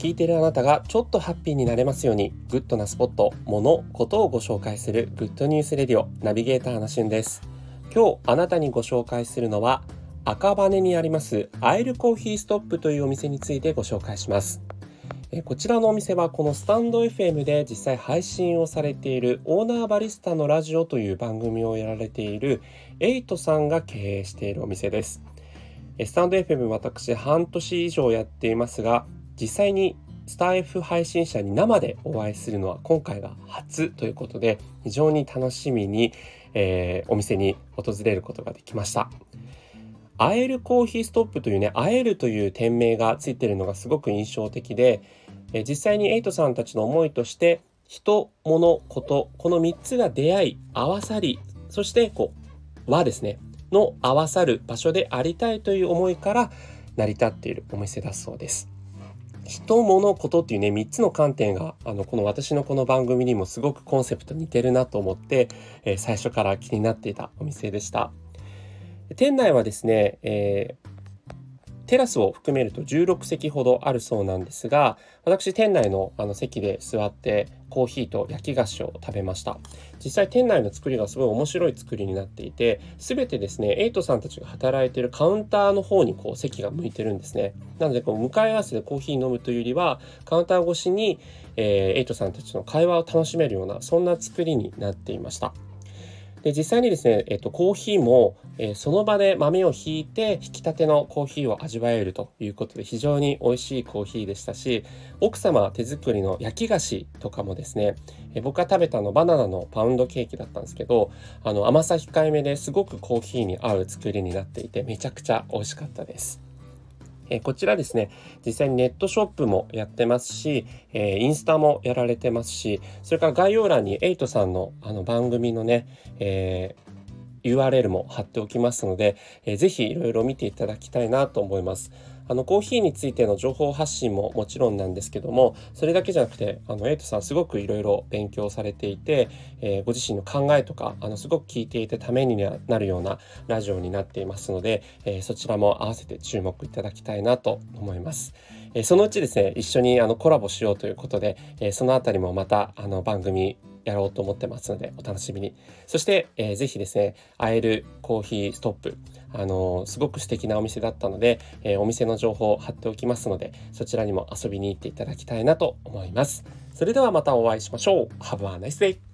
聞いているあなたがちょっとハッピーになれますように、グッドなスポット、物、ことをご紹介するグッドニュースレディオナビゲーターなしゅんです。今日あなたにご紹介するのは、赤羽にありますアイルコーヒーストップというお店についてご紹介します。こちらのお店はこのスタンド FM で実際配信をされているオーナーバリスタのラジオという番組をやられているエイトさんが経営しているお店です。スタンド FM 私半年以上やっていますが、実際にスタイフ配信者に生でお会いするのは今回が初ということで、非常に楽しみに、お店に訪れることができました。アエルコーヒーストップというね、アエルという店名がついているのがすごく印象的で、実際にエイトさんたちの思いとして、人、物、こと、この3つが出会い、合わさり、そして和ですねの合わさる場所でありたいという思いから成り立っているお店だそうです。人、物、ことっていうね、3つの観点がこの私のこの番組にもすごくコンセプト似てるなと思って、最初から気になっていたお店でした。店内はですね、テラスを含めると16席ほどあるそうなんですが、私店内の席で座ってコーヒーと焼き菓子を食べました。実際店内の作りがすごい面白い作りになっていて、全てですねエイトさんたちが働いているカウンターの方に席が向いてるんですね。なので向かい合わせでコーヒー飲むというよりは、カウンター越しに、エイトさんたちの会話を楽しめるような、そんな作りになっていました。で実際にですね、コーヒーも、その場で豆をひいて引き立てのコーヒーを味わえるということで、非常に美味しいコーヒーでしたし、奥様手作りの焼き菓子とかもですね、僕が食べたバナナのパウンドケーキだったんですけど、甘さ控えめですごくコーヒーに合う作りになっていて、めちゃくちゃ美味しかったです。こちらですね、実際にネットショップもやってますし、インスタもやられてますし、それから概要欄にエイトさんの番組のね、URL も貼っておきますので、ぜひいろいろ見ていただきたいなと思います。コーヒーについての情報発信ももちろんなんですけども、それだけじゃなくてエイトさんすごくいろいろ勉強されていて、ご自身の考えとかすごく聞いていてためになるようなラジオになっていますので、そちらも合わせて注目いただきたいなと思います。そのうちですね、一緒にコラボしようということで、そのあたりもまた番組やろうと思ってますので、お楽しみに。そして、ぜひですね、アエルコーヒーストップ、すごく素敵なお店だったので、お店の情報を貼っておきますので、そちらにも遊びに行っていただきたいなと思います。それではまたお会いしましょう。Have a nice day!